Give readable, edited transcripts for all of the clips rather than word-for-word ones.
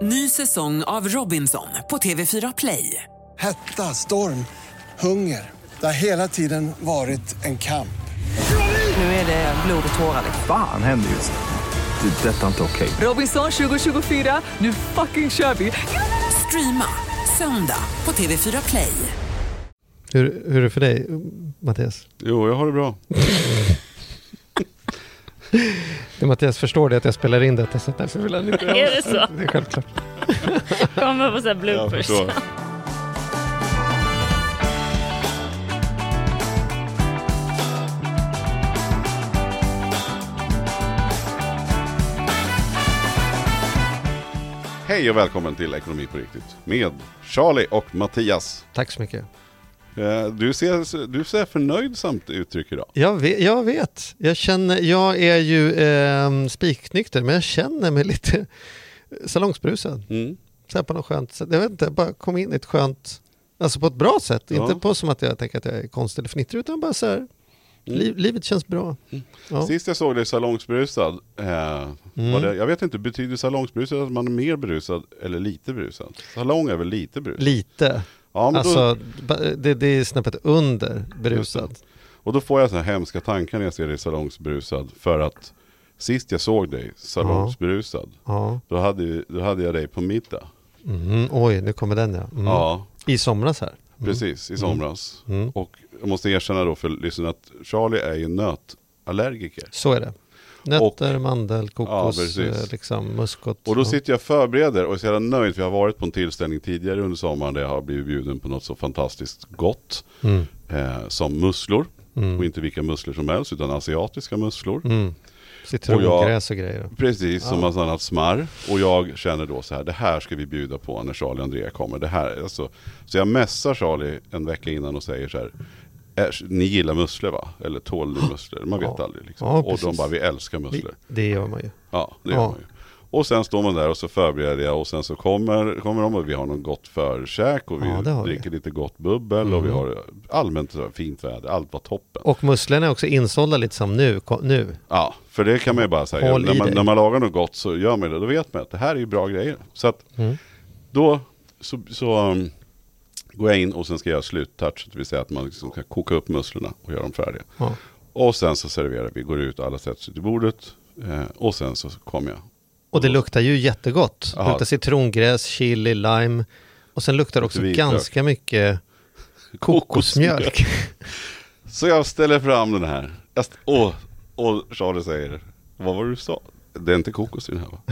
Ny säsong av Robinson på TV4 Play. Hetta, storm, hunger. Det har hela tiden varit en kamp. Nu är det blod och tårar. Fan händer just nu. Det. Detta är inte okej. Robinson 2024, nu fucking kör vi. Streama söndag på TV4 Play. Hur är det för dig, Mattias? Jo, jag har det bra. Mattias förstår det att jag spelar in detta, så därför vill han inte. Är det så? Det är självklart. Kommer på så här bloopers. Hej och välkommen till Ekonomi på riktigt med Charlie och Mattias. Tack så mycket. Du ser förnöjsamt uttryck idag. Jag vet. Jag är ju spiknykter, men jag känner mig lite salongsbrusad. Så här på något skönt sätt. Jag vet inte, bara kom in i ett skönt, alltså på ett bra sätt. Ja. Inte på som att jag tänker att jag är konstig eller fnittrig, utan bara så här, livet känns bra. Ja. Sist jag såg dig salongsbrusad, jag vet inte, betyder salongsbrusad att man är mer brusad eller lite brusad? Salong är väl lite brusad? Lite. Ja, men alltså, det är snäppet under brusad. Och då får jag så här hemska tankar när jag ser dig salongsbrusad. För att sist jag såg dig salongsbrusad, då hade jag dig på middag. Oj, nu kommer den Ja. I somras här. Precis, i somras. Och jag måste erkänna då för lyssnarna att Charlie är ju nötallergiker. Så är det. Nötter, mandel, kokos, liksom muskot. Och då sitter jag och förbereder och är så jävla nöjd, för jag har varit på en tillställning tidigare under sommaren där jag har blivit bjuden på något så fantastiskt gott som musslor. Och inte vilka musslor som helst, utan asiatiska musslor. Citrongräs och grejer. Precis, som något annat smör. Och jag känner då så här, det här ska vi bjuda på när Charlie och Andrea kommer. Det här, alltså. Så jag messar Charlie en vecka innan och säger så här: ni gillar musslor, va? Eller tål ni musslor? Man vet aldrig liksom. Och de bara, vi älskar musslor. Det gör man ju. Ja, det gör man ju. Och sen står man där och så förbereder jag, och sen så kommer de och vi har något gott förkäk och vi dricker lite gott bubbel och vi har allmänt så fint väder. Allt var toppen. Och musslorna är också insålda lite som nu. Ja, för det kan man ju bara säga. När man lagar något gott så gör man det. Då vet man att det här är ju bra grejer. Så att då så går jag in och sen ska jag göra sluttouch. Det vill säga att man liksom ska koka upp musslorna och göra dem färdiga. Ja. Och sen så serverar vi, går ut och alla sätter sig till bordet. Och sen så kommer jag. Och det luktar ju jättegott. Det luktar citrongräs, chili, lime. Och sen luktar det också ganska mycket kokosmjölk. Så jag ställer fram den här. Och Charlie säger, vad var det du sa? Det är inte kokos i den här, va?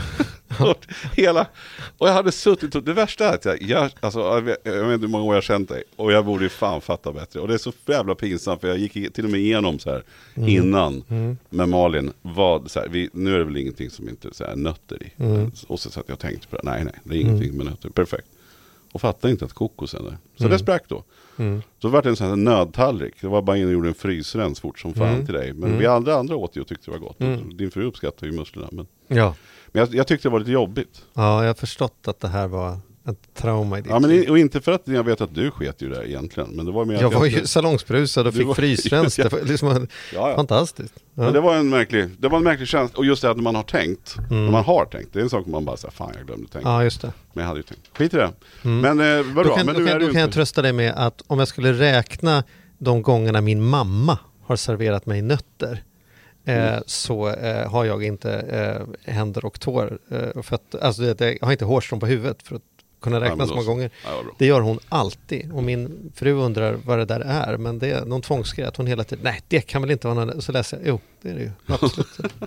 Och jag hade suttit, och det värsta är att jag vet inte hur många år jag har känt dig, och jag borde ju fan fatta bättre, och det är så jävla pinsamt, för jag gick till och med igenom så här innan med Malin, nu är det väl ingenting som inte så här nötter i, och så att jag tänkte på det, nej, det är ingenting med nötter, perfekt, och fattade inte att kokosen där, så det sprack då. Så var det en sån här nödtallrik. Det var bara in och gjorde en frysrens fort som fan till dig. Men vi andra åt ju och tyckte det var gott. Din fru uppskattade ju musslorna. Men jag tyckte det var lite jobbigt. Ja, jag har förstått att det här var ett trauma i ditt liv. Och inte för att jag vet att du sket ju där egentligen. Men det var mer jag var ju salongsbrusad och fick frysrens. Det var liksom fantastiskt. Ja. Men det var en märklig känsla. Och just det att man har tänkt. När man har tänkt. Det är en sak man bara säger, fan jag glömde tänka. Ja, just det. Men jag hade ju tänkt. Skit i det. Men vadå? Då kan jag trösta dig med att om jag skulle räkna de gångerna min mamma har serverat mig nötter, så har jag inte händer och tår och fötter. Alltså jag har inte hårstrån på huvudet för att kunna räkna så många gånger. Det gör hon alltid. Och min fru undrar vad det där är. Men det är någon tvångsgrej att hon hela tiden, nej, det kan väl inte vara någon. Så läser jag, jo, det är det ju. Absolut.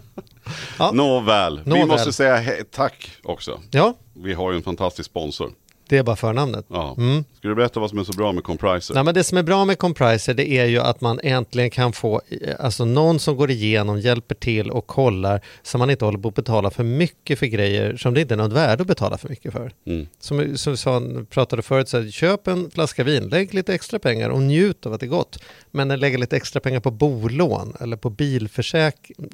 Nåväl. Vi måste säga tack också. Ja. Vi har ju en fantastisk sponsor. Det är bara förnamnet. Ja. Ska du berätta vad som är så bra med Compriser? Nej, men det som är bra med Compriser, det är ju att man äntligen kan få någon som går igenom, hjälper till och kollar, så man inte håller på att betala för mycket för grejer som det inte är något värde att betala för mycket för. Som pratade förut, så här, köp en flaska vin, lägg lite extra pengar och njut av att det är gott. Men lägga lite extra pengar på bolån eller på bilförsäkring,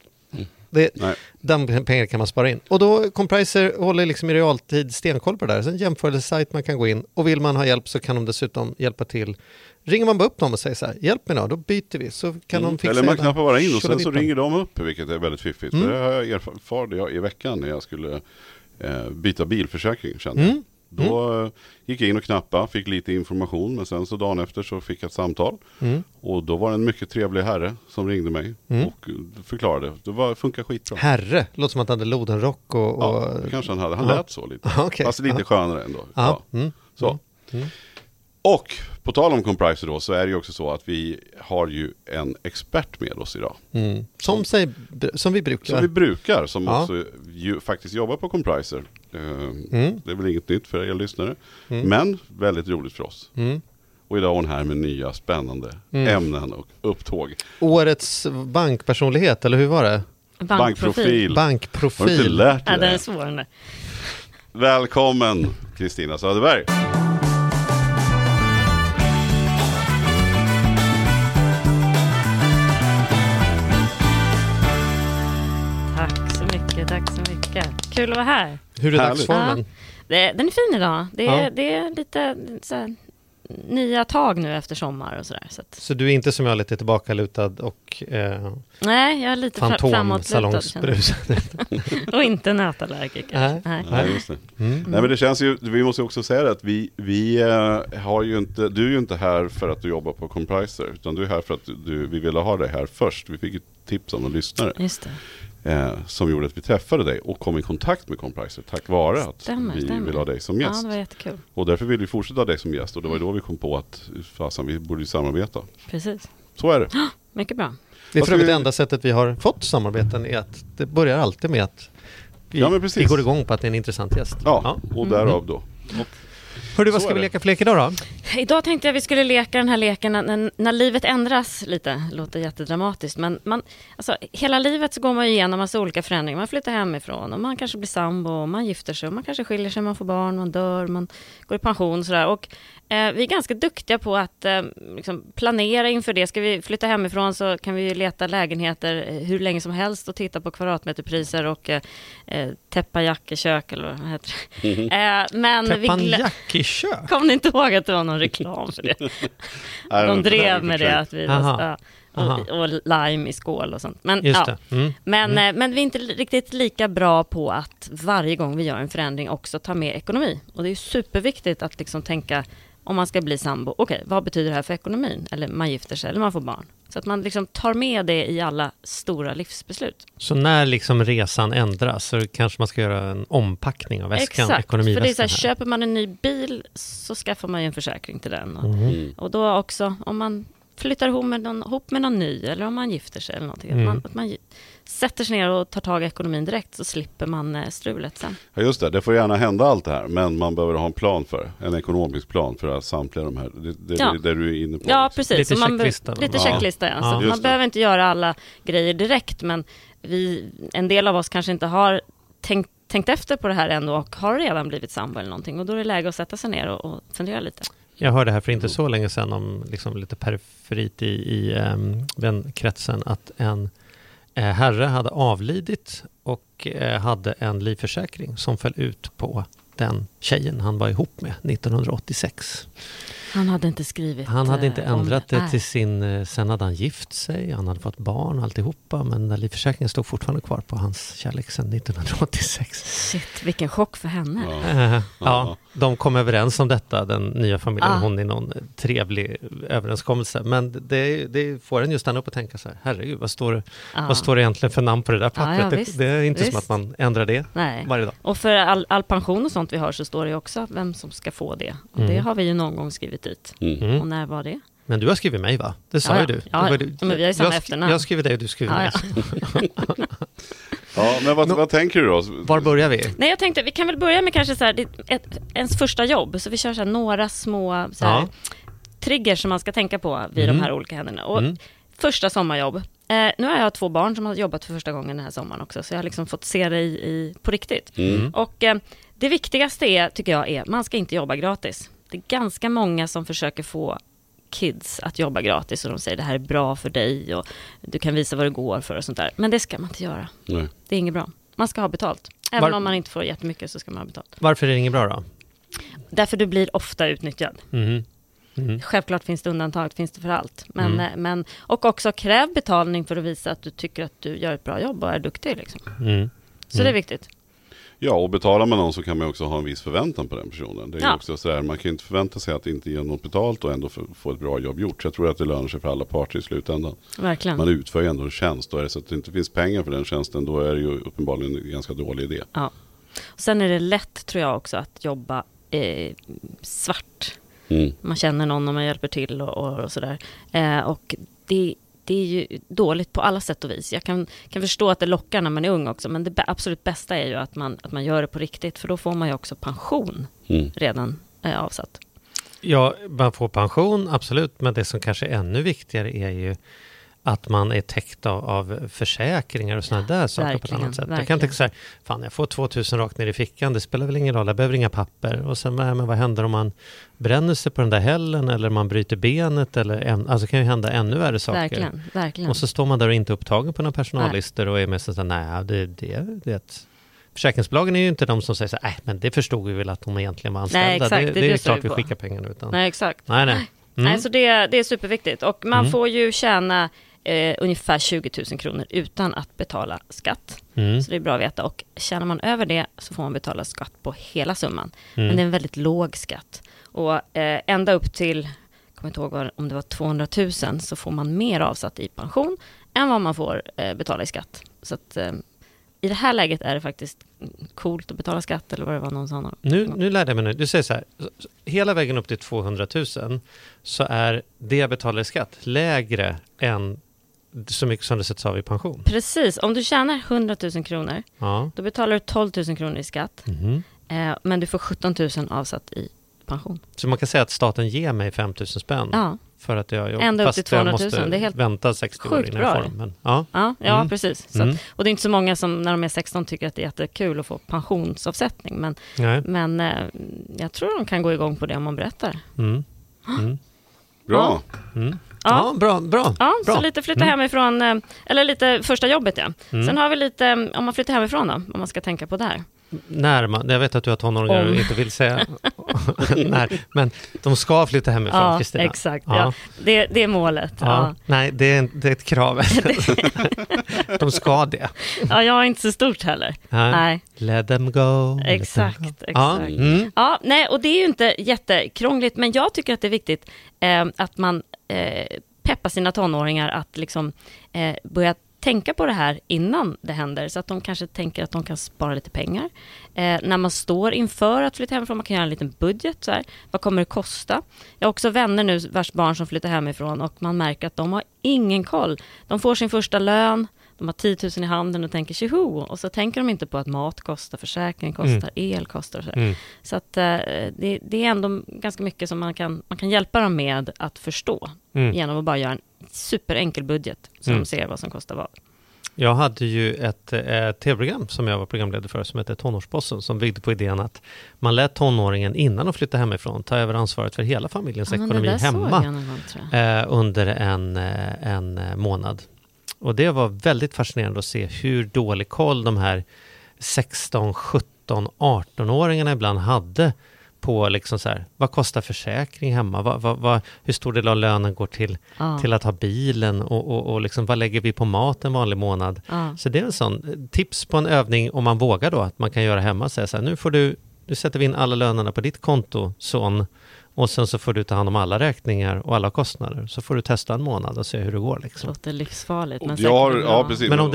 den pengar kan man spara in. Och då Compriser håller liksom i realtid stenkoll på det där. Sen jämförelsesajt man kan gå in. Och vill man ha hjälp så kan de dessutom hjälpa till. Ringer man bara upp dem och säger så här, hjälp mig då byter vi. Så kan de fixa. Eller man knappar bara in och sen så ringer de upp, vilket är väldigt fiffigt. För det har jag erfarit i veckan när jag skulle byta bilförsäkring, kände jag. Då gick jag in och knappade, fick lite information, men sen så dagen efter så fick jag ett samtal. Och då var det en mycket trevlig herre som ringde mig och förklarade. Det funkar skitbra. Herre? Låter som att han hade lodenrock och... Ja, kanske han hade. Han lät så lite. Okay. Fast lite skönare ändå. Ja. Så. Och på tal om Compricer då, så är det ju också så att vi har ju en expert med oss idag. Som vi brukar. Som vi brukar, som också faktiskt jobbar på Compricer. Det är väl inget nytt för er lyssnare. Men väldigt roligt för oss. Och idag är hon här med nya spännande ämnen och upptåg. Årets bankpersonlighet, eller hur var det? Bankprofil. Bankprofil. Har du inte lärt dig det är svårare. Välkommen Kristina Söderberg. Tack så mycket. Kul att vara här. Hur är dagsformen? Ja, den är fin idag. Det är lite så här, nya tag nu efter sommar och sådär. Så du är inte som jag lite tillbakalutad och nej, jag är lite fantomsalongsbrus. Och inte nötallergiker. Nej, just det. Nej, men det känns ju, vi måste också säga det att vi har ju inte, du är ju inte här för att du jobbar på Compricer, utan du är här för att vi ville ha dig här först. Vi fick ett tips om en lyssnare. Just det. Som gjorde att vi träffade dig och kom i kontakt med Compricer tack vare att vi vill ha dig som gäst. Ja, det var jättekul. Och därför vill vi fortsätta ha dig som gäst, och det var då vi kom på att vi borde samarbeta. Precis. Så är det. Mycket bra. Det är för det enda sättet vi har fått samarbeten är att det börjar alltid med att vi går igång på att det är en intressant gäst. Ja. Och därav då. Hörru, vad ska vi leka för lek idag då? Idag tänkte jag vi skulle leka den här leken när livet ändras lite. Det låter jättedramatiskt, men alltså, hela livet så går man igenom massa olika förändringar. Man flyttar hemifrån och man kanske blir sambo, man gifter sig och man kanske skiljer sig, man får barn, man dör, man går i pension och sådär. Och vi är ganska duktiga på att liksom planera inför det. Ska vi flytta hemifrån så kan vi leta lägenheter hur länge som helst och titta på kvadratmeterpriser och täppajackekök eller vad heter det. Men täppajackekök? Kom ni inte ihåg att det var någon reklam för det? De drev med det att vi och lime i skål och sånt. Men, just det. Men vi är inte riktigt lika bra på att varje gång vi gör en förändring också ta med ekonomi. Och det är ju superviktigt att liksom tänka, om man ska bli sambo, okej, vad betyder det här för ekonomin? Eller man gifter sig eller man får barn. Så att man liksom tar med det i alla stora livsbeslut. Så när liksom resan ändras så kanske man ska göra en ompackning av väskan, ekonomiväskan. För det är så här, köper man en ny bil så skaffar man ju en försäkring till den. Och då också, om man flyttar ihop med någon ny eller om man gifter sig eller någonting. Att man sätter sig ner och tar tag i ekonomin direkt så slipper man strulet sen. Ja, just det. Det får gärna hända allt det här, men man behöver ha en plan en ekonomisk plan för att samtliga de här, det du är inne på. Ja, precis. Lite checklista. Lite checklista, ja. Så man behöver inte göra alla grejer direkt, men en del av oss kanske inte har tänkt efter på det här ändå och har redan blivit sambo eller någonting. Och då är det läge att sätta sig ner och fundera lite. Jag hörde här för inte så länge sedan om liksom lite periferit i vänkretsen att en herre hade avlidit och hade en livförsäkring som föll ut på den tjejen han var ihop med 1986. Han hade inte skrivit. Han hade inte ändrat det till sin... Sen hade han gift sig, han hade fått barn alltihopa, men den livförsäkringen stod fortfarande kvar på hans kärlek sedan 1986. Shit, vilken chock för henne. Ja, de kom överens om detta, den nya familjen. Hon är någon trevlig överenskommelse. Men det får en ju stanna upp och tänka så här, herregud, vad står det egentligen för namn på det där pappret? Det är inte som att man ändrar det varje dag. Och för all pension och sånt vi har så står det också vem som ska få det. Och det har vi ju någon gång skrivit dit. Och när var det? Men du har skrivit mig, va? Det sa ju du. Ja, men vi har ju samma efternamn. Jag har skrivit dig och du skrivit mig. Ja, men vad tänker du då? Var börjar vi? Nej, jag tänkte, vi kan väl börja med kanske så här, ens första jobb. Så vi kör så här, några små så här, triggers som man ska tänka på vid de här olika händerna. Och första sommarjobb. Nu har jag 2 barn som har jobbat för första gången den här sommaren också. Så jag har liksom fått se det på riktigt. Och det viktigaste tycker jag är, man ska inte jobba gratis. Det är ganska många som försöker få kids att jobba gratis och de säger det här är bra för dig och du kan visa vad det går för och sånt där. Men det ska man inte göra. Nej. Det är inget bra. Man ska ha betalt. Även om man inte får jättemycket så ska man ha betalt. Varför är det inget bra då? Därför du blir ofta utnyttjad. Självklart finns det undantag, finns det för allt. Men, och också kräv betalning för att visa att du tycker att du gör ett bra jobb och är duktig. Liksom. Så det är viktigt. Ja, och betalar man någon så kan man också ha en viss förväntan på den personen. Det är också sådär, man kan inte förvänta sig att inte ge något betalt och ändå få ett bra jobb gjort. Så jag tror att det lönar sig för alla parter i slutändan. Verkligen. Man utför ju ändå en tjänst, och är det så att det inte finns pengar för den tjänsten, då är det ju uppenbarligen en ganska dålig idé. Ja. Sen är det lätt, tror jag också, att jobba svart. Man känner någon och man hjälper till och sådär. Och det är ju dåligt på alla sätt och vis. Jag kan förstå att det lockar när man är ung också, men det absolut bästa är ju att man gör det på riktigt, för då får man ju också pension redan avsatt. Ja, man får pension, absolut, men det som kanske är ännu viktigare är ju att man är täckt av försäkringar och sådana där saker på ett annat sätt. Jag kan tänka så här, fan jag får 2000 rakt ner i fickan, det spelar väl ingen roll, jag behöver inga papper. Och sen, men vad händer om man bränner sig på den där hällen eller man bryter benet? Alltså kan ju hända ännu värre saker. Verkligen. Och så står man där och inte upptagen på några personallistor och är med så nej, det försäkringsbolagen är ju inte de som säger så här, men det förstod vi väl att de egentligen var anställda. Nej, exakt, det är klart vi skickar pengarna utan. Nej, exakt. Nej. Nej, så det är superviktigt. Och man får ju tjäna ungefär 20 000 kronor utan att betala skatt. Så det är bra att veta. Och tjänar man över det så får man betala skatt på hela summan. Men det är en väldigt låg skatt. Och ända upp till, jag kommer inte ihåg om det var 200 000, så får man mer avsatt i pension än vad man får betala i skatt. Så att i det här läget är det faktiskt coolt att betala skatt, eller vad det var någon sa. Nu lärde jag mig nu. Du säger så här, hela vägen upp till 200 000 så är det jag betalar i skatt lägre än så mycket som det sätts av i pension. Precis, om du tjänar 100 000 kronor, då betalar du 12 000 kronor i skatt. Men du får 17 000 avsatt i pension. Så man kan säga att staten ger mig 5 000 spänn för att jag jobbar. Ända upp till 200 000. Fast jag måste det är helt vänta 60 år innan jag får dem. Ja, precis. Så att, och det är inte så många som när de är 16 tycker att det är jättekul att få pensionsavsättning. Men jag tror de kan gå igång på det om man berättar. Bra. Ja, bra. Ja, så lite flytta hemifrån, eller lite första jobbet, Sen har vi lite, om man flyttar hemifrån då, om man ska tänka på det här. Jag vet att du har tonåringar och inte vill säga när, men de ska flytta hemifrån, Kristina. Exakt. Ja. Det är målet. Ja. Nej, det är ett krav. De ska det. Ja, jag är inte så stort heller. Nej. Let them go. Exakt. Ja, nej, och det är ju inte jättekrångligt, men jag tycker att det är viktigt att man peppar sina tonåringar att liksom börja tänka på det här innan det händer, så att de kanske tänker att de kan spara lite pengar. När man står inför att flytta hemifrån, man kan göra en liten budget. Så här. Vad kommer det kosta? Jag har också vänner nu vars barn som flyttar hemifrån, och man märker att de har ingen koll. De får sin första lön, de har 10 000 i handen och tänker tjoho, och så tänker de inte på att mat kostar, försäkring kostar, el kostar och så här. Så att det är ändå ganska mycket som man kan hjälpa dem med att förstå genom att bara göra en superenkel budget så de ser vad som kostar vad. Jag hade ju ett tv-program som jag var programledare för som heter Tonårsbossen, som byggde på idén att man lät tonåringen innan de flyttade hemifrån ta över ansvaret för hela familjens ekonomi hemma under en månad. Och det var väldigt fascinerande att se hur dålig koll de här 16, 17, 18-åringarna ibland hade på liksom så här, vad kostar försäkring hemma? Hur stor del av lönen går till att ha bilen? Och liksom, vad lägger vi på mat en vanlig månad? Så det är en sån tips på en övning om man vågar då, att man kan göra hemma och säga så här, nu sätter vi in alla lönerna på ditt konto, son. Och sen så får du ta hand om alla räkningar och alla kostnader. Så får du testa en månad och se hur det går. Liksom. Det låter livsfarligt. Men om det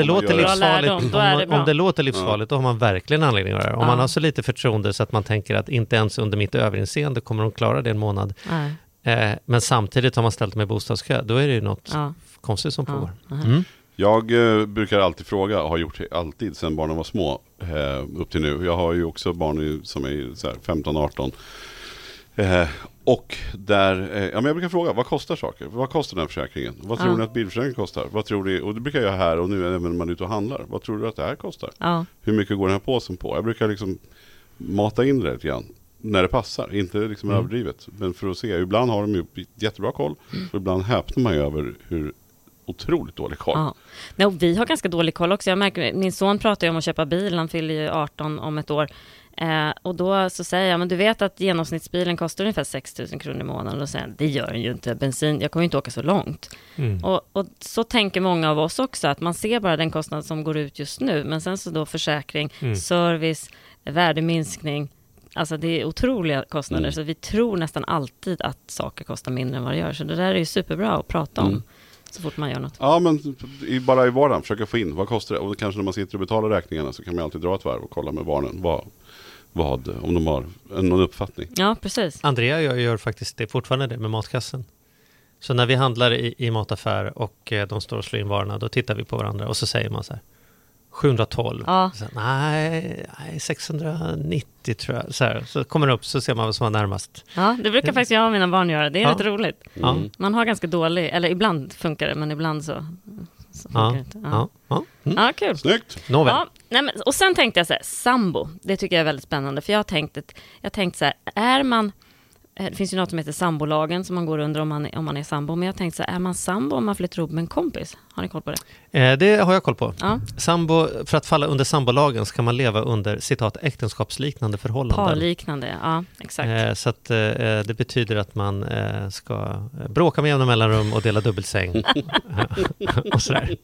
låter livsfarligt, då har man verkligen anledning att göra det. Om man har så lite förtroende så att man tänker att inte ens under mitt överinseende kommer de klara det en månad. Men samtidigt har man ställt med bostadskö, då är det ju något konstigt som pågår. Jag brukar alltid fråga, och har gjort det alltid sedan barnen var små upp till nu. Jag har ju också barn som är så här 15-18. Och där, men jag brukar fråga, vad kostar saker? Vad kostar den här försäkringen? Vad tror ni att bilförsäkringen kostar? Vad tror ni, och det brukar jag här och nu även när man är ute och handlar. Vad tror du att det här kostar? Hur mycket går den här påsen på? Jag brukar liksom mata in det lite grann när det passar, inte liksom överdrivet. Men för att se, ibland har de ju jättebra koll och ibland häpnar man ju över hur otroligt dålig koll. Nej, vi har ganska dålig koll också. Jag märker, min son pratar ju om att köpa bil, han fyller ju 18 om ett år. Och då så säger jag, men du vet att genomsnittsbilen kostar ungefär 6 000 kronor i månaden. Och säger, det gör den ju inte, bensin, jag kommer ju inte åka så långt. Och så tänker många av oss också, att man ser bara den kostnad som går ut just nu. Men sen så då försäkring, service, värdeminskning. Alltså det är otroliga kostnader, så vi tror nästan alltid att saker kostar mindre än vad det gör. Så det där är ju superbra att prata om så fort man gör något. Ja, men bara i vardagen försöka få in, vad kostar det? Och kanske när man sitter och betalar räkningarna så kan man alltid dra ett varv och kolla med barnen vad om de har någon uppfattning. Ja, precis. Andrea gör faktiskt det fortfarande det med matkassen. Så när vi handlar i mataffär och de står och slår in varorna, då tittar vi på varandra och så säger man så här 712. Ja. Så, nej, 690 tror jag. Så kommer det upp så ser man vad som var närmast. Ja, det brukar faktiskt jag och mina barn göra. Det är rätt roligt. Ja. Man har ganska dålig, eller ibland funkar det, men ibland så funkar det inte. Ja, kul. Snyggt. Nåväl. Ja, nej, men, och sen tänkte jag så här, sambo. Det tycker jag är väldigt spännande. För jag tänkte så här, är man... Det finns ju något som heter sambolagen som man går under om man är sambo. Men jag tänkte så här, är man sambo om man flyttar ihop med en kompis? Har ni koll på det? Det har jag koll på. Ja. Sambo, för att falla under sambolagen ska man leva under, citat, äktenskapsliknande förhållanden. Parliknande, ja, exakt. Så att det betyder att man ska bråka med jämna mellanrum och dela dubbelsäng. Och sådär.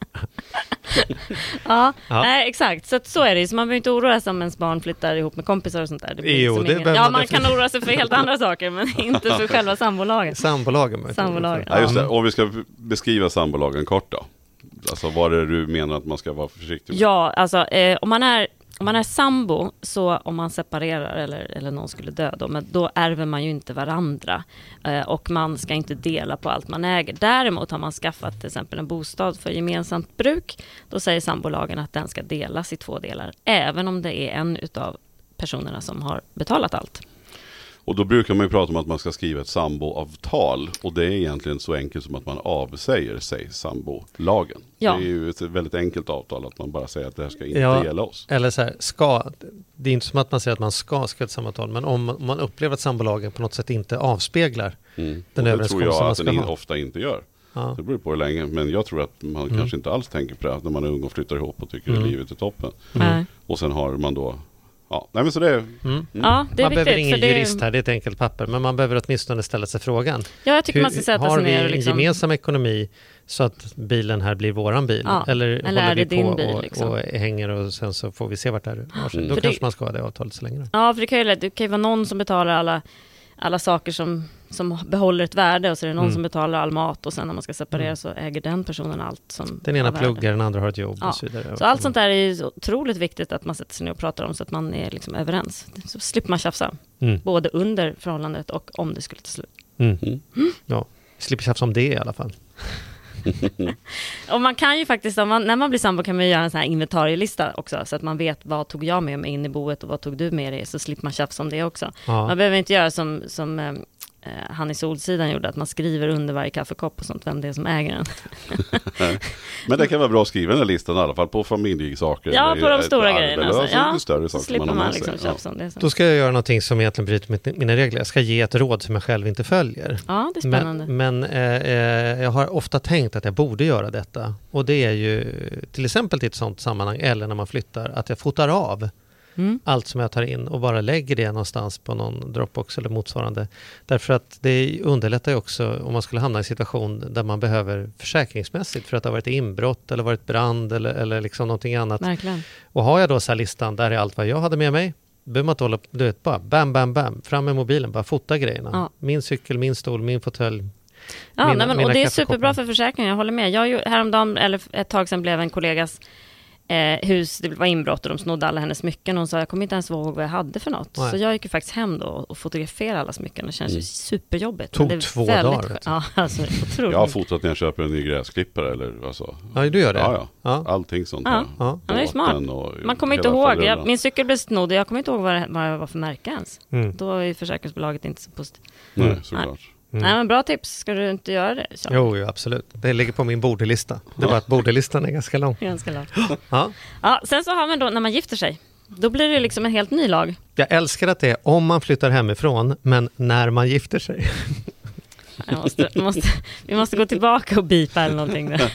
Ja. Nej, exakt. Så är det ju. Så man behöver inte oroa sig om ens barn flyttar ihop med kompisar och sånt där. Det blir man kan oroa sig för helt andra saker, men inte för själva sambolagen. Sambolagen. Ja, just det. Om vi ska beskriva sambolagen kort då. Alltså vad är det du menar att man ska vara försiktig med? Ja, alltså om man är sambo, så om man separerar eller någon skulle dö då ärver man ju inte varandra. Och man ska inte dela på allt man äger. Däremot har man skaffat till exempel en bostad för gemensamt bruk. Då säger sambolagen att den ska delas i 2 delar. Även om det är en utav personerna som har betalat allt. Och då brukar man ju prata om att man ska skriva ett samboavtal. Och det är egentligen så enkelt som att man avsäger sig sambolagen. Ja. Det är ju ett väldigt enkelt avtal att man bara säger att det här ska inte gälla oss. Eller så här, det är inte som att man säger att man ska skriva ett samboavtal. Men om man upplever att sambolagen på något sätt inte avspeglar den överenskommelse man ska ha. Det tror jag att den ofta inte gör. Ja. Det beror på hur länge. Men jag tror att man kanske inte alls tänker på det när man är ung och flyttar ihop och tycker att livet är toppen. Och sen har man då... Ja, nej, men så det är... Ja, det är man behöver ingen jurist här, det är ett enkelt papper. Men man behöver åtminstone ställa sig frågan. Ja, jag tycker man ska sätta sig ner och har vi en gemensam ekonomi så att bilen här blir våran bil? Ja. Eller är det din bil? Och hänger och sen så får vi se vart det är. Då kanske man ska ha det avtalet så länge. Ja, för det kan ju vara någon som betalar alla saker som behåller ett värde, och så är det någon som betalar all mat, och sen när man ska separera så äger den personen allt som den ena pluggar, den andra har ett jobb och så vidare. Så allt sånt där är ju otroligt viktigt att man sätter sig ner och pratar om, så att man är liksom överens. Så slipper man tjafsa. Både under förhållandet och om det skulle ta slut. Ja, slipper tjafsa om det i alla fall. Och man kan ju faktiskt, när man blir sambo kan man ju göra en sån här inventarielista också, så att man vet vad tog jag med mig in i boet och vad tog du med dig, så slipper man tjafsa om det också. Ja. Man behöver inte göra som han i Solsidan gjorde, att man skriver under varje kaffekopp och sånt, vem det är som äger den. Men det kan vara bra att skriva den här listan i alla fall på familjesaker. Ja, på de stora grejerna. Alltså, större så saker slipper man liksom tjafsa om det. Så. Då ska jag göra någonting som egentligen bryter med mina regler. Jag ska ge ett råd som jag själv inte följer. Ja, det är spännande. Men jag har ofta tänkt att jag borde göra detta. Och det är ju till exempel till ett sånt sammanhang, eller när man flyttar, att jag fotar av allt som jag tar in och bara lägger det någonstans på någon Dropbox eller motsvarande. Därför att det underlättar ju också om man skulle hamna i en situation där man behöver försäkringsmässigt för att det har varit inbrott eller varit brand eller liksom någonting annat. Verkligen. Och har jag då så här listan, där är allt vad jag hade med mig. Behöver man inte hålla, du vet, bara bam, fram med mobilen, bara fota grejerna. Ja. Min cykel, min stol, min fåtölj. Ja, och det är superbra för försäkringen, jag håller med. Häromdagen, eller ett tag sedan, blev en kollegas hus, det var inbrott och de snodde alla hennes smycken, och hon sa, jag kommer inte ens ihåg vad jag hade för något. Nej. Så jag gick ju faktiskt hem då och fotograferade alla smycken. Det känns ju superjobbigt. Tog det 2 dagar. Ja, alltså, otroligt. Jag har fotat när jag köper en ny gräsklippare eller vad så. Ja, du gör det? Ja. Allting sånt. Ja, det är smart. Man kommer inte ihåg. Min cykel blev snodd och jag kommer inte ihåg vad jag var för märke ens. Då är försäkringsbolaget inte så positivt. Nej, såklart. Nej, men bra tips. Ska du inte göra det? Så. Jo, absolut. Det ligger på min bordelista. Det var att bordelistan är ganska lång. Ganska lång. Ja, sen så har man då, när man gifter sig, då blir det liksom en helt ny lag. Jag älskar att det är om man flyttar hemifrån, men när man gifter sig. Vi måste gå tillbaka och bipa eller någonting där.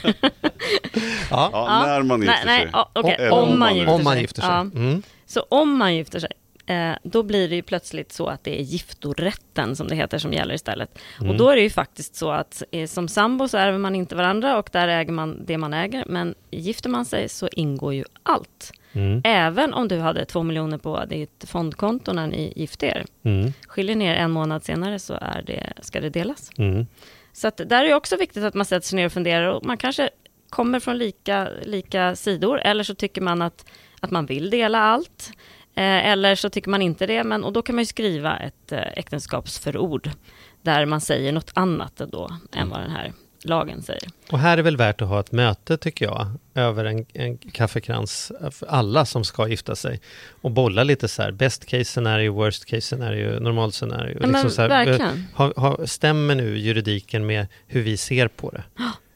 När man gifter sig. Om man gifter sig. Ja. Så om man gifter sig. då blir det ju plötsligt så att det är giftorätten som det heter som gäller istället. Och då är det ju faktiskt så att som sambo så ärver man inte varandra och där äger man det man äger. Men gifter man sig så ingår ju allt. Även om du hade 2 miljoner på ditt fondkonto när ni gifte er. Skiljer ner 1 månad senare så ska det delas. Så att där är det också viktigt att man sätter sig ner och funderar. Och man kanske kommer från lika sidor. Eller så tycker man att man vill dela allt. Eller så tycker man inte det. Och då kan man ju skriva ett äktenskapsförord. Där man säger något annat då än vad den här lagen säger. Och här är väl värt att ha ett möte tycker jag. Över en kaffekrans för alla som ska gifta sig. Och bolla lite så här. Best case scenario, worst case scenario, normal scenario. Men liksom så här, verkligen. Stämmer nu juridiken med hur vi ser på det?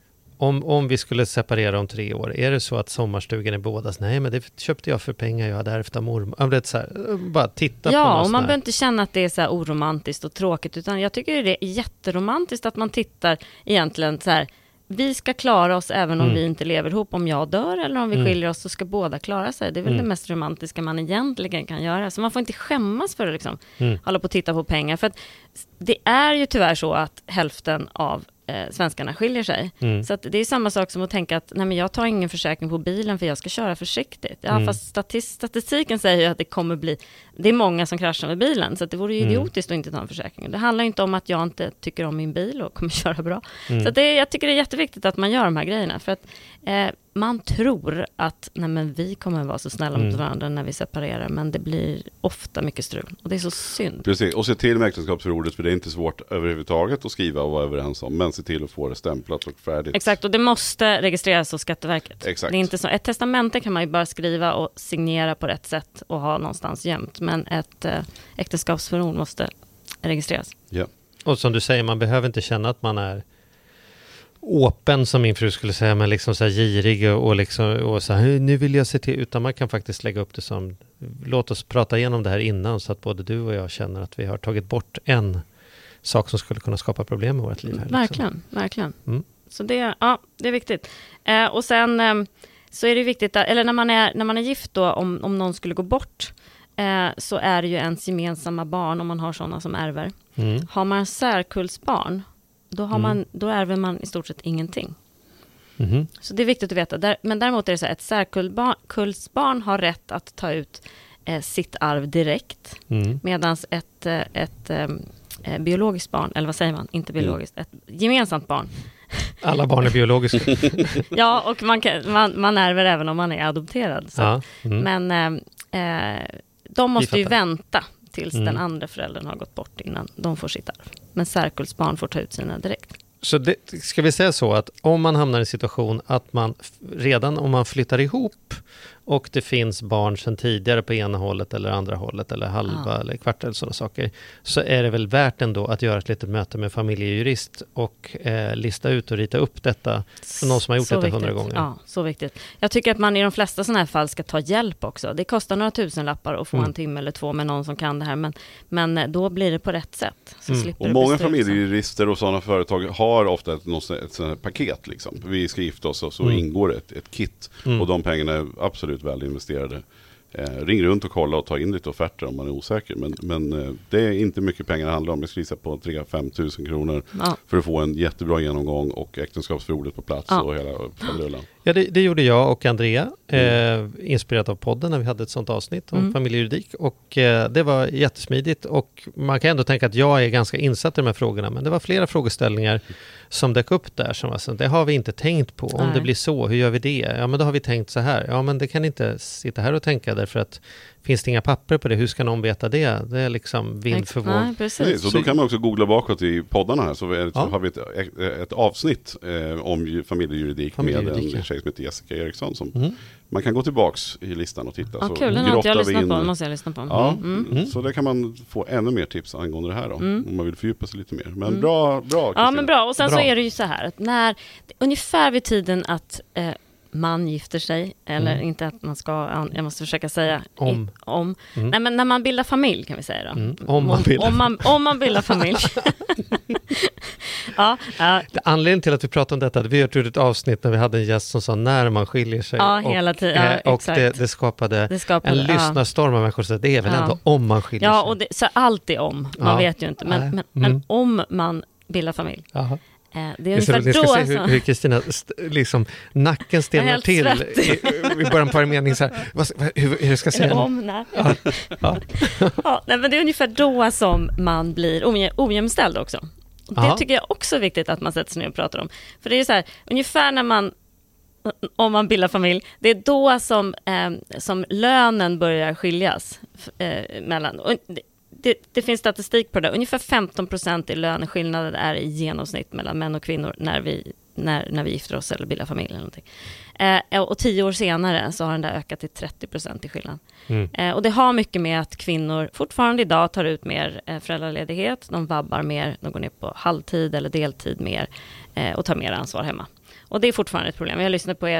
Om vi skulle separera om 3 år, är det så att sommarstugan är bådas? Nej, men det köpte jag för pengar jag hade ärvt av mormor. Det är så här, bara titta på något. Ja, och man behöver inte känna att det är så här oromantiskt och tråkigt, utan jag tycker det är jätteromantiskt att man tittar egentligen så här, vi ska klara oss även om vi inte lever ihop. Om jag dör eller om vi skiljer oss så ska båda klara sig. Det är väl det mest romantiska man egentligen kan göra. Så man får inte skämmas för att liksom hålla på att titta på pengar. För att det är ju tyvärr så att hälften av svenskarna skiljer sig. Så att det är samma sak som att tänka att nej, men jag tar ingen försäkring på bilen för jag ska köra försiktigt. Ja, fast statistiken säger ju att det är många som kraschar med bilen, så att det vore ju idiotiskt att inte ta en försäkring. Det handlar inte om att jag inte tycker om min bil och kommer köra bra. Så att jag tycker det är jätteviktigt att man gör de här grejerna, för att man tror att nej, men vi kommer vara så snälla mot varandra när vi separerar, men det blir ofta mycket strul. Och det är så synd. Precis, och se till med äktenskapsförordet, för det är inte svårt överhuvudtaget att skriva och vara överens om, men se till att få det stämplat och färdigt. Exakt, och det måste registreras hos Skatteverket. Exakt. Det är inte så, ett testamente kan man ju bara skriva och signera på rätt sätt och ha någonstans gömt, men ett äktenskapsförord måste registreras. Ja. Och som du säger, man behöver inte känna att man är öppen, som min fru skulle säga, men liksom så här girig och så här, nu vill jag se till, utan man kan faktiskt lägga upp det som, låt oss prata igenom det här innan så att både du och jag känner att vi har tagit bort en sak som skulle kunna skapa problem i vårt liv här. Verkligen, verkligen. Så det är viktigt. Och sen så är det viktigt att, eller när man är gift då, om någon skulle gå bort, så är det ju ens gemensamma barn, om man har sådana som ärver. Har man särkullsbarn, då ärver man i stort sett ingenting. Så det är viktigt att veta. Men däremot är det så här, ett särkullsbarn har rätt att ta ut sitt arv direkt. Medan ett biologiskt barn, eller vad säger man? Inte biologiskt, ett gemensamt barn. Alla barn är biologiska. Ja, och man ärver även om man är adopterad. Så. Men de måste ju vänta tills den andra föräldern har gått bort innan de får sitt arv. Men särkullsbarn får ta ut sina direkt. Så ska vi säga så att om man hamnar i en situation att man redan om man flyttar ihop och det finns barn sedan tidigare på ena hållet eller andra hållet eller halva eller kvart eller sådana saker, så är det väl värt ändå att göra ett litet möte med familjejurist och lista ut och rita upp detta för någon som har gjort detta 100 gånger. Ja, så viktigt. Jag tycker att man i de flesta sådana här fall ska ta hjälp också. Det kostar några tusenlappar att få en timme eller 2 med någon som kan det här, men då blir det på rätt sätt. Så slipper och många familjejurister och sådana företag har ofta ett sånt här paket liksom. Vi ska gifta oss och så ingår ett kit och de pengarna är absolut väl investerade. Ring runt och kolla och ta in lite offerter om man är osäker. Men det är inte mycket pengar det handlar om. Jag ska gissa på 3-5 tusen kronor för att få en jättebra genomgång och äktenskapsförordet på plats och hela faderullan. Ja, det gjorde jag och Andrea, inspirerat av podden när vi hade ett sånt avsnitt om familjejuridik. Och det var jättesmidigt och man kan ändå tänka att jag är ganska insatt i de här frågorna. Men det var flera frågeställningar som dök upp där som var så, det har vi inte tänkt på. Om det blir så, hur gör vi det? Ja, men då har vi tänkt så här. Ja, men det kan inte sitta här och tänka därför att finns det inga papper på det? Hur ska någon veta det? Det är liksom vind för våg. Nej, så då kan man också googla bakåt i poddarna här. Så har vi ett avsnitt om familjejuridik med en tjej som heter Jessica Eriksson. Som man kan gå tillbaks i listan och titta. Så kul, den måste jag lyssna på. Ja, så där kan man få ännu mer tips angående det här då, om man vill fördjupa sig lite mer. Men bra Kristina. Ja, men bra. Och sen så är det ju så här att ungefär vid tiden att man gifter sig, eller inte att man ska, jag måste försöka säga om. Nej, men när man bildar familj kan vi säga då. Om man bildar familj. Ja. Anledningen till att vi pratar om detta, vi har gjort ett avsnitt när vi hade en gäst som sa när man skiljer sig. Ja, hela tiden. Ja, och det skapade en lyssnarstorm av människor, så det är väl ändå om man skiljer sig. Ja, och så allt är om. Man vet ju inte. Men om man bildar familj. Jaha. Det är ungefär då se hur Kristina liksom nacken stelnar till i början på en mening så här, hur ska jag säga? Nej, men det är ungefär då som man blir ojämställd också. Och det tycker jag också är viktigt att man sätter sig ner och pratar om. För det är så här, ungefär om man bildar familj, det är då som lönen börjar skiljas mellan. Och det finns statistik på det. Ungefär 15% i löneskillnader är i genomsnitt mellan män och kvinnor när vi gifter oss eller bildar familj eller någonting. Och 10 år senare så har den där ökat till 30% i skillnad. Och det har mycket med att kvinnor fortfarande idag tar ut mer föräldraledighet. De vabbar mer, de går ner på halvtid eller deltid mer och tar mer ansvar hemma. Och det är fortfarande ett problem. Jag lyssnade på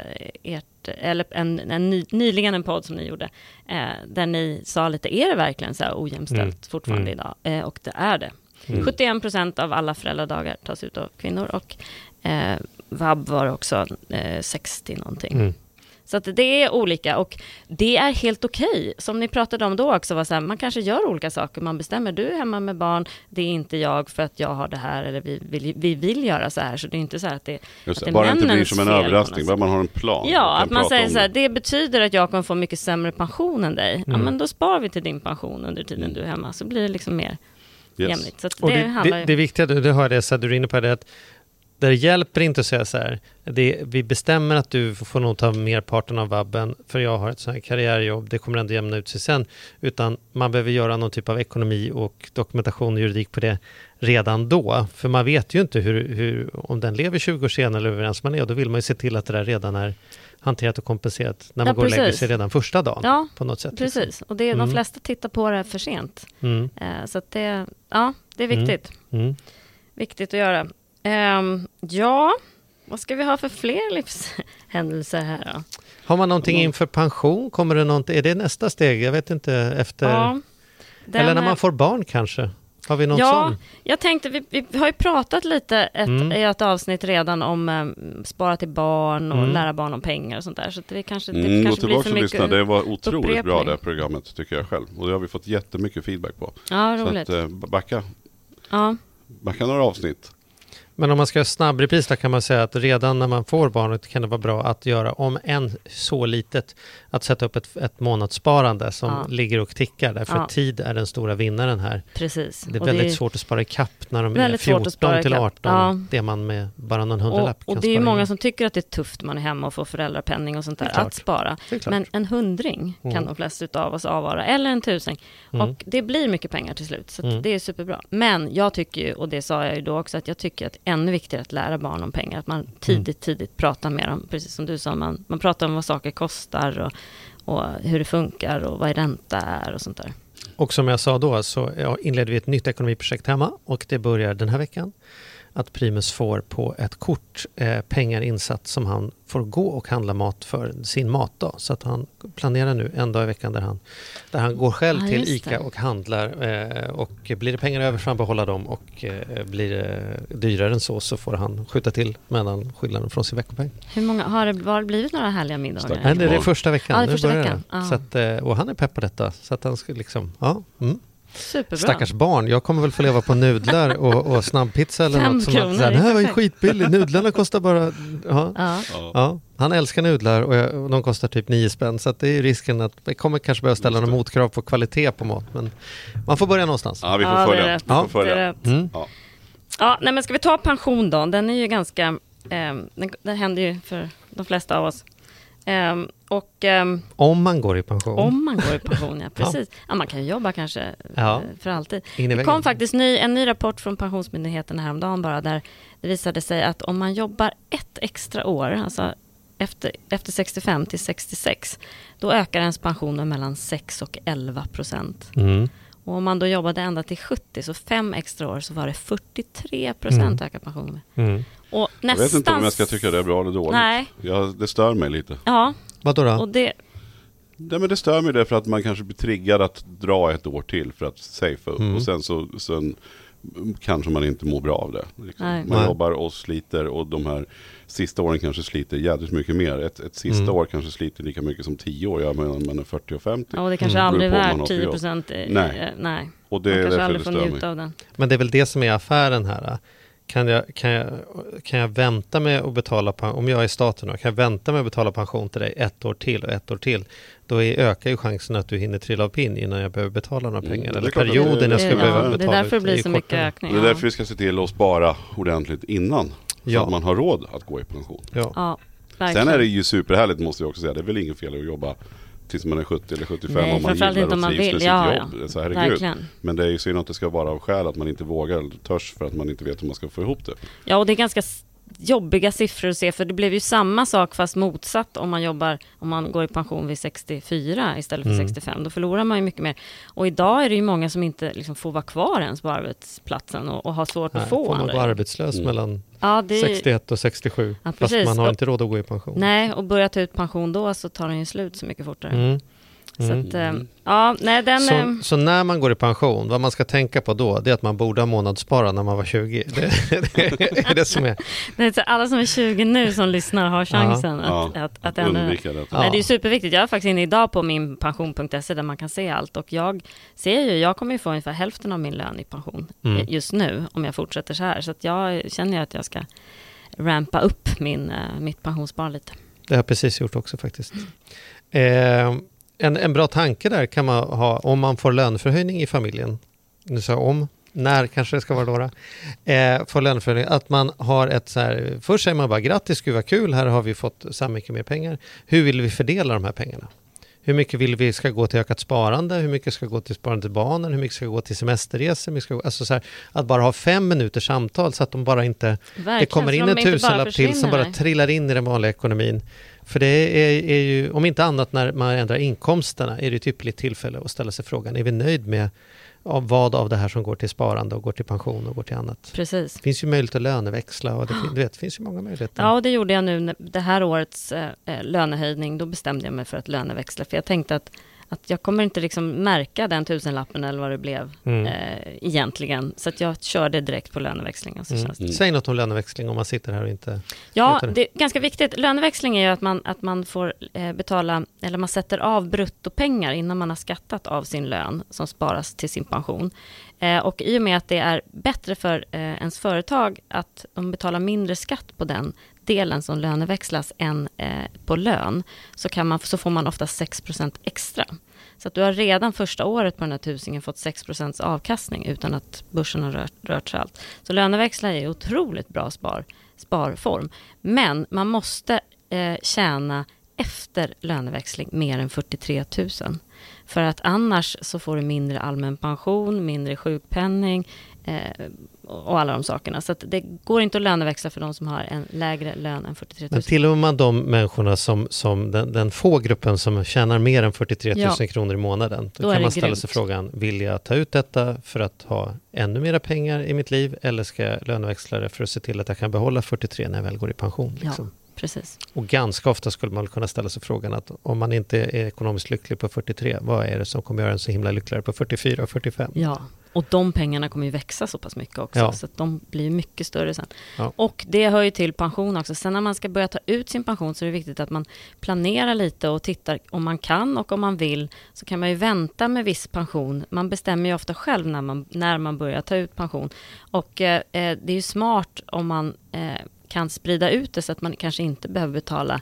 nyligen en podd som ni gjorde där ni sa lite, är det verkligen så här ojämställt fortfarande idag? Och det är det. 71% av alla föräldradagar tas ut av kvinnor och vab var också 60 någonting. Så att det är olika och det är helt okej. Som ni pratade om då också, var så här, man kanske gör olika saker. Man bestämmer, du är hemma med barn, det är inte jag för att jag har det här, eller vi vill göra så här. Så det är inte så här att det är bara inte blir som en överraskning, bara man har en plan. Ja, att man säger så här, det betyder att jag kommer få mycket sämre pension än dig. Ja, men då sparar vi till din pension under tiden du är hemma. Så blir det liksom mer jämlikt. Så att det viktiga, det har det så att du är inne på det, att det hjälper inte att säga så här, vi bestämmer att du får nog ta merparten av vabben för jag har ett sånt här karriärjobb, det kommer ändå jämna ut sig sen, utan man behöver göra någon typ av ekonomi och dokumentation och juridik på det redan då, för man vet ju inte hur om den lever 20 år senare eller överens man är, och då vill man ju se till att det där redan är hanterat och kompenserat när man går och lägger sig redan första dagen på något sätt. Precis, liksom. Och det är de flesta tittar på det för sent. Så att det är viktigt. Viktigt att göra. Vad ska vi ha för fler livshändelser här då? Har man någonting inför pension? Kommer det någonting? Är det nästa steg? Jag vet inte, efter... eller när man får barn kanske? Har vi någon sån? Jag tänkte, vi har ju pratat lite i ett avsnitt redan om spara till barn och lära barn om pengar och sånt där. Så att det kanske blir för mycket. Det var otroligt bra det programmet tycker jag själv. Och det har vi fått jättemycket feedback på. Ja, roligt. Så att backa några avsnitt. Men om man ska ha snabbrepris kan man säga att redan när man får barnet kan det vara bra att göra om en så litet, att sätta upp ett månadssparande som ligger och tickar. Därför tid är den stora vinnaren här. Precis. Det är väldigt svårt att spara i kapp när de är 14 till 18. Det man med bara någon hundralapp kan och det är ju många som tycker att det är tufft man är hemma och får föräldrapenning och sånt där att spara. Men en 100 kan de flesta av oss avvara, eller en 1000. Och det blir mycket pengar till slut. Så det är superbra. Men jag tycker ju, och det sa jag ju då också, att jag tycker att ännu viktigare att lära barn om pengar. Att man tidigt pratar med dem. Precis som du sa, man pratar om vad saker kostar och hur det funkar och vad ränta är och sånt där. Och som jag sa då så inledde vi ett nytt ekonomiprojekt hemma och det börjar den här veckan. Att Primus får på ett kort pengar insatt som han får gå och handla mat för sin matdag. Så att han planerar nu en dag i veckan där han går själv till ICA och handlar. Och blir det pengar över får han behålla dem, och blir det dyrare än så får han skjuta till mellanskillnaden från sin veckopeng. Hur många har det blivit några härliga middagar? Nej, det är första veckan. Ja, det är första veckan. Så att, och han är pepp på detta. Så att han ska liksom, Superbra. Stackars barn, jag kommer väl få leva på nudlar och snabbpizza eller något som att, det här var ju skitbilligt, nudlarna kostar bara han älskar nudlar och de kostar typ 9 spänn, så att det är risken att vi kommer kanske behöva ställa några motkrav på kvalitet på mat, men man får börja någonstans. Ja, vi får följa. Nej, men ska vi ta pension då? Den är ju ganska den händer ju för de flesta av oss. Om man går i pension. Om man går i pension, ja, precis. Ja, man kan ju jobba kanske för alltid. Det kom faktiskt en ny rapport från Pensionsmyndigheten häromdagen bara, där det visade sig att om man jobbar ett extra år, alltså efter 65 till 66, då ökar ens pension med mellan 6 och 11%. Och om man då jobbade ända till 70, så 5 extra år, så var det 43% ökad pension. Och nästan... Jag vet inte om jag ska tycka det är bra eller dåligt. Nej. Det stör mig lite. Ja. Vadå då? Och det... Nej, men det stör mig därför att man kanske blir triggad att dra ett år till för att safea upp. Och sen kanske man inte mår bra av det. Liksom. Man jobbar och sliter, och de här sista åren kanske sliter jävligt mycket mer. Ett sista år kanske sliter lika mycket som 10 år. Ja, men man är 40 och 50. Ja, och det kanske aldrig är värt 10%. Nej. Och det man är kanske därför aldrig det får stör njuta mig. av den. Men det är väl det som är affären här. Kan jag vänta med att betala om jag är staten då, kan jag vänta med att betala pension till dig 1 år till och 1 år till, då ökar ju chansen att du hinner trilla av pinn innan jag behöver betala några pengar. Eller perioden jag ska behöva betala. Det är därför det blir så mycket ökning. Det är därför vi ska se till att spara ordentligt innan. Så att man har råd att gå i pension. Ja, verkligen. Sen är det ju superhärligt, måste jag också säga. Det är väl ingen fel att jobba tills man är 70 eller 75. Nej, om man framförallt gillar inte om man trivs med vill. sitt jobb. Så verkligen. Men det är ju synd att det ska vara av skäl att man inte vågar eller törs för att man inte vet hur man ska få ihop det. Ja, och det är ganska jobbiga siffror att se, för det blev ju samma sak fast motsatt om man går i pension vid 64 istället för 65. Då förlorar man ju mycket mer. Och idag är det ju många som inte liksom får vara kvar ens på arbetsplatsen och har svårt att få. Får man vara arbetslös mellan 61 och 67. Ja, fast man har inte råd att gå i pension. Nej, och börja ta ut pension då, så tar den ju slut så mycket fortare. Så att, ja, nej, så när man går i pension, vad man ska tänka på då, det är att man borde ha månadsspara när man var 20. Det är det som är. Det är så alla som är 20 nu som lyssnar har chansen att undvika det. Nej, det är superviktigt. Jag är faktiskt inne idag på min pension.se där man kan se allt, och jag kommer ju få ungefär hälften av min lön i pension just nu om jag fortsätter så här. Så att jag känner att jag ska rampa upp mitt pensionsspar lite. Det har jag precis gjort också faktiskt. En bra tanke där kan man ha om man får löneförhöjning i familjen. Nu sa när kanske det ska vara då. Får löneförhöjning, att man har ett så här, först säger man bara grattis, gud vad kul, här har vi fått så mycket mer pengar. Hur vill vi fördela de här pengarna? Hur mycket vill vi ska gå till ökat sparande? Hur mycket ska gå till sparande till barnen? Hur mycket ska gå till semesterresor? Alltså så här, att bara ha 5 minuters samtal så att de bara inte... Verkligen, det kommer in en tusenlapp till som bara trillar in i den vanliga ekonomin. För det är ju, om inte annat när man ändrar inkomsterna, är det ett ypperligt tillfälle att ställa sig frågan, är vi nöjd med vad av det här som går till sparande och går till pension och går till annat? Precis. Det finns ju möjlighet att löneväxla och det finns ju många möjligheter. Ja, och det gjorde jag nu det här årets lönehöjning. Då bestämde jag mig för att löneväxla, för jag tänkte att jag kommer inte liksom märka den tusenlappen eller vad det blev egentligen. Så att jag körde direkt på löneväxling. Säg något om löneväxling om man sitter här och inte... Ja, det är ganska viktigt. Löneväxling är ju att man får betala, eller man sätter av bruttopengar innan man har skattat av sin lön som sparas till sin pension. Och i och med att det är bättre för ens företag att de betalar mindre skatt på den delen som löneväxlas än på lön, så får man ofta 6% extra. Så att du har redan första året på den här tusingen fått 6% avkastning utan att börsen har rört sig allt. Så löneväxla är otroligt bra sparform. Men man måste tjäna efter löneväxling mer än 43 000. För att annars så får du mindre allmän pension, mindre sjukpenning och alla de sakerna. Så att det går inte att löneväxla för de som har en lägre lön än 43 000. Men tillhör man de människorna som den få gruppen som tjänar mer än 43 000 kronor i månaden, då kan man ställa sig frågan, vill jag ta ut detta för att ha ännu mera pengar i mitt liv, eller ska jag löneväxla det för att se till att jag kan behålla 43 när jag väl går i pension? Liksom? Ja. Precis. Och ganska ofta skulle man kunna ställa sig frågan att om man inte är ekonomiskt lycklig på 43, vad är det som kommer göra en så himla lyckligare på 44 och 45? Ja, och de pengarna kommer ju växa så pass mycket också, så att de blir mycket större sen. Ja. Och det hör ju till pension också. Sen när man ska börja ta ut sin pension så är det viktigt att man planerar lite och tittar om man kan, och om man vill så kan man ju vänta med viss pension. Man bestämmer ju ofta själv när man börjar ta ut pension. Och det är ju smart om man kan sprida ut det så att man kanske inte behöver betala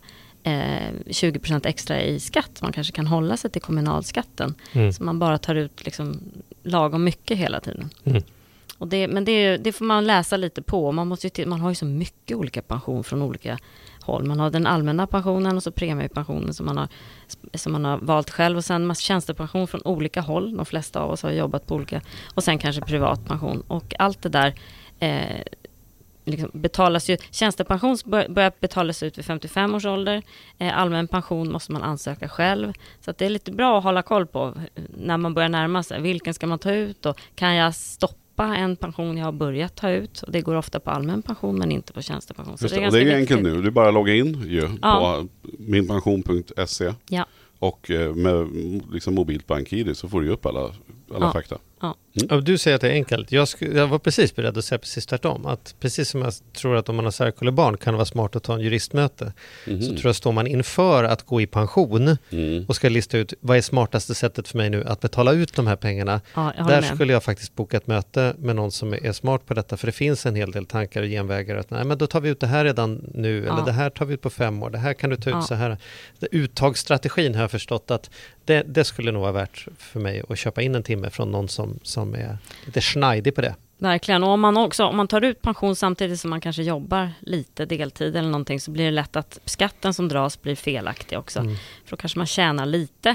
20% extra i skatt. Man kanske kan hålla sig till kommunalskatten. Så man bara tar ut liksom lagom mycket hela tiden. Och det får man läsa lite på. Man har ju så mycket olika pension från olika håll. Man har den allmänna pensionen och så premiepensionen som man har valt själv. Och sen tjänstepension från olika håll. De flesta av oss har jobbat på olika. Och sen kanske privatpension. Och allt det där liksom betalas ju, tjänstepension börjar betalas ut vid 55 års ålder. Allmän pension måste man ansöka själv. Så att det är lite bra att hålla koll på när man börjar närma sig. Vilken ska man ta ut och kan jag stoppa en pension jag har börjat ta ut? Och det går ofta på allmän pension men inte på tjänstepension. Så det är enkelt nu. Du bara logga in ju på minpension.se. Ja. Och med liksom mobilt bank-id så får du upp alla fakta. Ja. Du säger att det är enkelt. Jag var precis beredd att säga precis tvärtom. Att precis som jag tror att om man har särkullbarn kan det vara smart att ta en juristmöte. Så tror jag står man inför att gå i pension och ska lista ut vad är smartaste sättet för mig nu att betala ut de här pengarna. Ja, där skulle jag faktiskt boka ett möte med någon som är smart på detta. För det finns en hel del tankar och genvägar. Att nej, men då tar vi ut det här redan nu. Eller det här tar vi ut på 5 år. Det här kan du ta ut så här. Uttagsstrategin har jag förstått att det skulle nog vara värt för mig att köpa in en timme från någon som är lite schneidig på det. Verkligen, och om man tar ut pension samtidigt som man kanske jobbar lite deltid eller någonting så blir det lätt att skatten som dras blir felaktig också. För då kanske man tjänar lite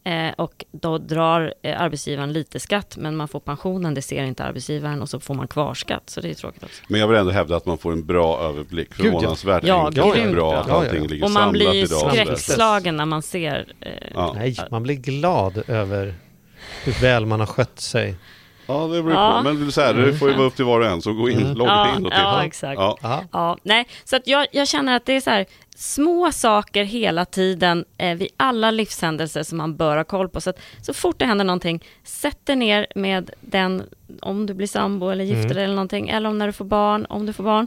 och då drar arbetsgivaren lite skatt men man får pensionen, det ser inte arbetsgivaren och så får man kvarskatt, så det är tråkigt också. Men jag vill ändå hävda att man får en bra överblick, förvånansvärt bra att allting ligger och man samlat blir idag. skräckslagen när man ser Nej, man blir glad över hur väl man har skött sig. Ja, det beror på. Men det får ju vara upp till var och en, så gå in, logga in och titta. Ja, exakt. Nej, så att jag känner att det är så här små saker hela tiden vid alla livshändelser som man bör ha koll på. Så att så fort det händer någonting, sätt dig ner med den, om du blir sambo eller gifter eller någonting, eller om du får barn.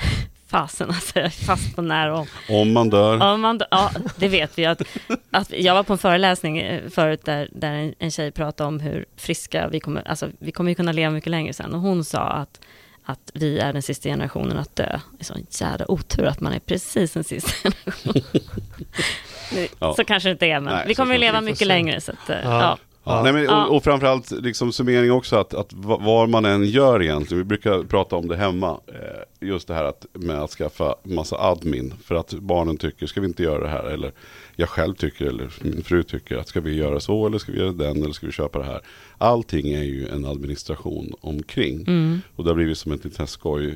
Fasen, alltså jag är fast på när om man dör. Ja, det vet vi att jag var på en föreläsning förut där en tjej pratade om hur friska vi kommer ju kunna leva mycket längre sen, och hon sa att vi är den sista generationen att dö. Det är sån jävla otur att man är precis den sista generationen. Så kanske det inte är, men vi kommer ju leva mycket längre så att, Nej, men, och framförallt liksom summering också att vad man än gör egentligen, vi brukar prata om det hemma, just det här med att skaffa massa admin för att barnen tycker, ska vi inte göra det här, eller jag själv tycker, eller min fru tycker att ska vi göra så, eller ska vi göra den, eller ska vi köpa det här. Allting är ju en administration omkring och det har blivit som ett litet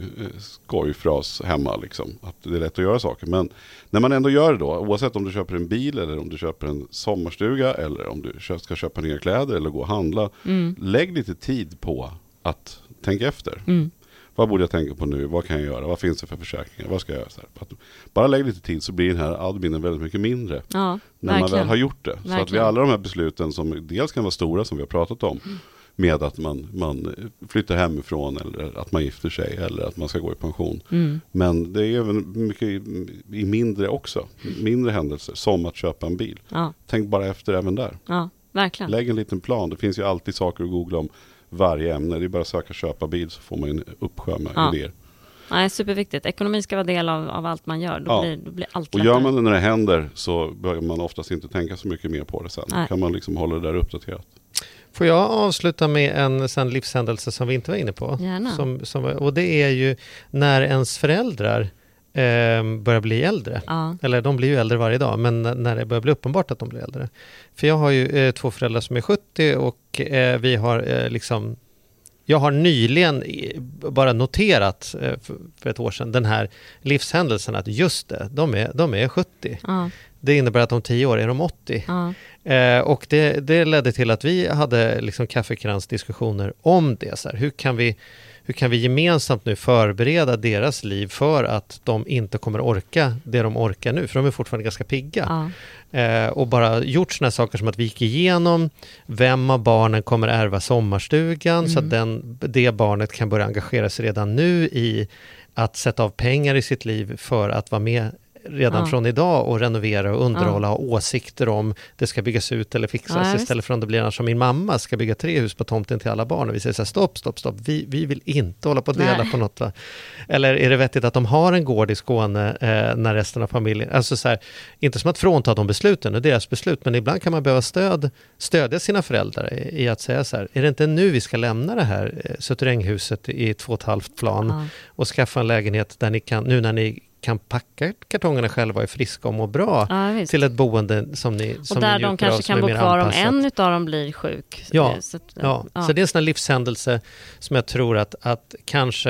skojfras hemma liksom, att det är lätt att göra saker, men när man ändå gör det då, oavsett om du köper en bil eller om du köper en sommarstuga eller om du ska köpa nya kläder eller gå och handla, lägg lite tid på att tänka efter. Vad borde jag tänka på nu? Vad kan jag göra? Vad finns det för försäkringar? Vad ska jag göra? Så här, bara lägg lite tid så blir den här adminen väldigt mycket mindre. Ja, när man väl har gjort det. Så att vi alla de här besluten som dels kan vara stora som vi har pratat om, med att man flyttar hemifrån eller att man gifter sig eller att man ska gå i pension. Men det är även mycket i mindre också. Mindre händelser som att köpa en bil. Tänk bara efter även där. Ja, verkligen. Lägg en liten plan. Det finns ju alltid saker att googla om varje ämne. Det är bara att söka köpa bil så får man en uppsjö med idéer. Nej, superviktigt. Ekonomi ska vara del av allt man gör. Då blir allt lättare. Och gör man det när det händer så börjar man oftast inte tänka så mycket mer på det sen. Då kan man liksom hålla det där uppdaterat. Får jag avsluta med en livshändelse som vi inte var inne på? Gärna. Och det är ju när ens föräldrar börjar bli äldre. Eller de blir ju äldre varje dag, men när det börjar bli uppenbart att de blir äldre. För jag har ju 2 föräldrar som är 70 och vi har jag har nyligen bara noterat för ett år sedan den här livshändelsen att just det, de är 70. Det innebär att om 10 år är de 80. Och det ledde till att vi hade liksom kaffekransdiskussioner om det. Så här, hur kan vi gemensamt nu förbereda deras liv för att de inte kommer orka det de orkar nu? För de är fortfarande ganska pigga. Och bara gjort såna saker som att vi gick igenom vem av barnen kommer ärva sommarstugan så att det barnet kan börja engagera sig redan nu i att sätta av pengar i sitt liv för att vara med redan från idag och renovera och underhålla och åsikter om det ska byggas ut eller fixas istället för om det blir annars som min mamma ska bygga 3 hus på tomten till alla barn och vi säger så här, stopp, vi vill inte hålla på att dela på något, va? Eller är det vettigt att de har en gård i Skåne när resten av familjen, alltså så här, inte som att frånta de besluten och deras beslut, men ibland kan man behöva stödja sina föräldrar i att säga så här, är det inte nu vi ska lämna det här Söteränghuset i 2,5 plan och skaffa en lägenhet där ni kan, nu när ni kan packa kartongerna själva, är friska och må bra till ett boende som ni och där de kanske kan bo kvar om en utav dem blir sjuk. Så det är en sån här livshändelse som jag tror att kanske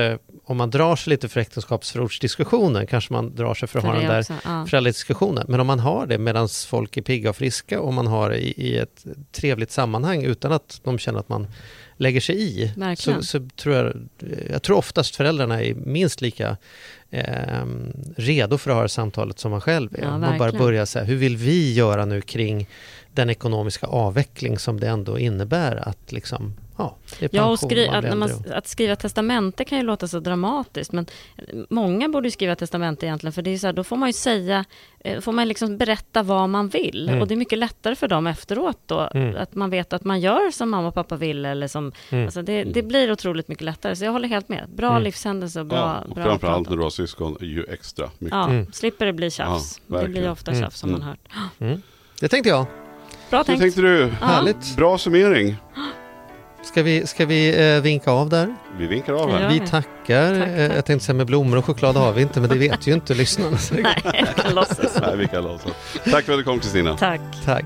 om man drar sig lite för äktenskapsförordsdiskussionen, kanske man drar sig för att ha den där föräldradiskussionen. Men om man har det medan folk är pigga och friska och man har det i ett trevligt sammanhang utan att de känner att man lägger sig i, så tror jag tror oftast föräldrarna är minst lika redo för att ha samtalet som man själv är. Man bara börjar säga, hur vill vi göra nu kring den ekonomiska avveckling som det ändå innebär att liksom, det är pension, att skriva testamente kan ju låta så dramatiskt, men många borde ju skriva testamente egentligen, för det är så här, då får man ju säga, får man liksom berätta vad man vill, och det är mycket lättare för dem efteråt då, att man vet att man gör som mamma och pappa vill, eller som, alltså det blir otroligt mycket lättare, så jag håller helt med. Bra livshändelse och bra framförallt när du har syskon, ju extra mycket. Slipper det bli tjafs. Det blir ofta tjafs som man hört. Det tänkte jag. Bra tänkt. Det tänkte du. Härligt. Bra summering. Ska vi vinka av där? Vi vinkar av här. Vi tackar. Jag tänkte säga med blommor och choklad har vi inte, men det vet ju inte lyssnarna. Nej, vi kan låtsas. Nej, vi kan låtsas. Tack för att du kom, Kristina. Tack.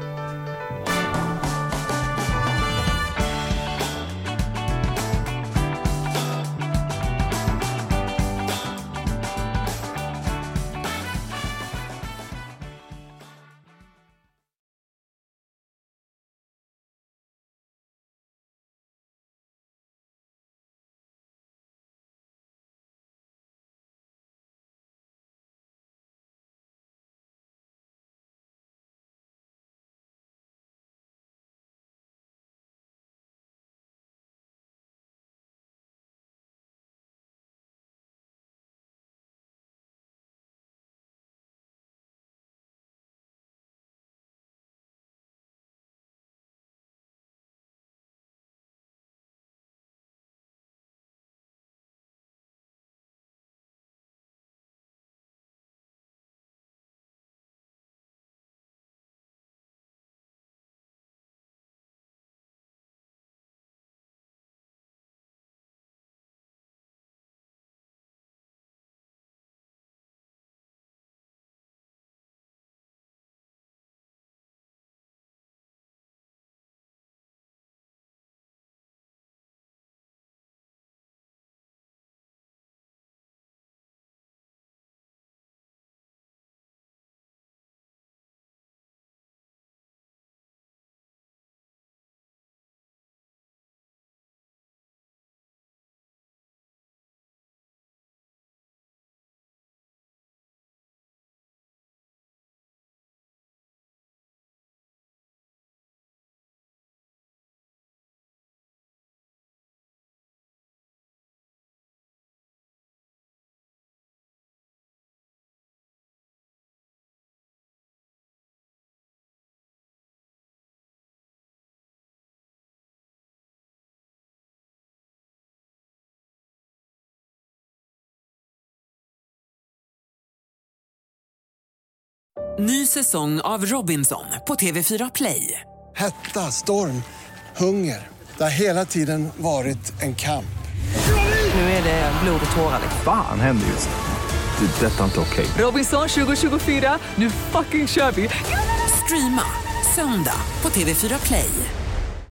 Ny säsong av Robinson på TV4 Play. Hetta, storm, hunger. Det har hela tiden varit en kamp. Nu är det blod och tårar. Fan händer just det. Det är detta inte okej. Robinson 2024, nu fucking kör vi. Streama söndag på TV4 Play.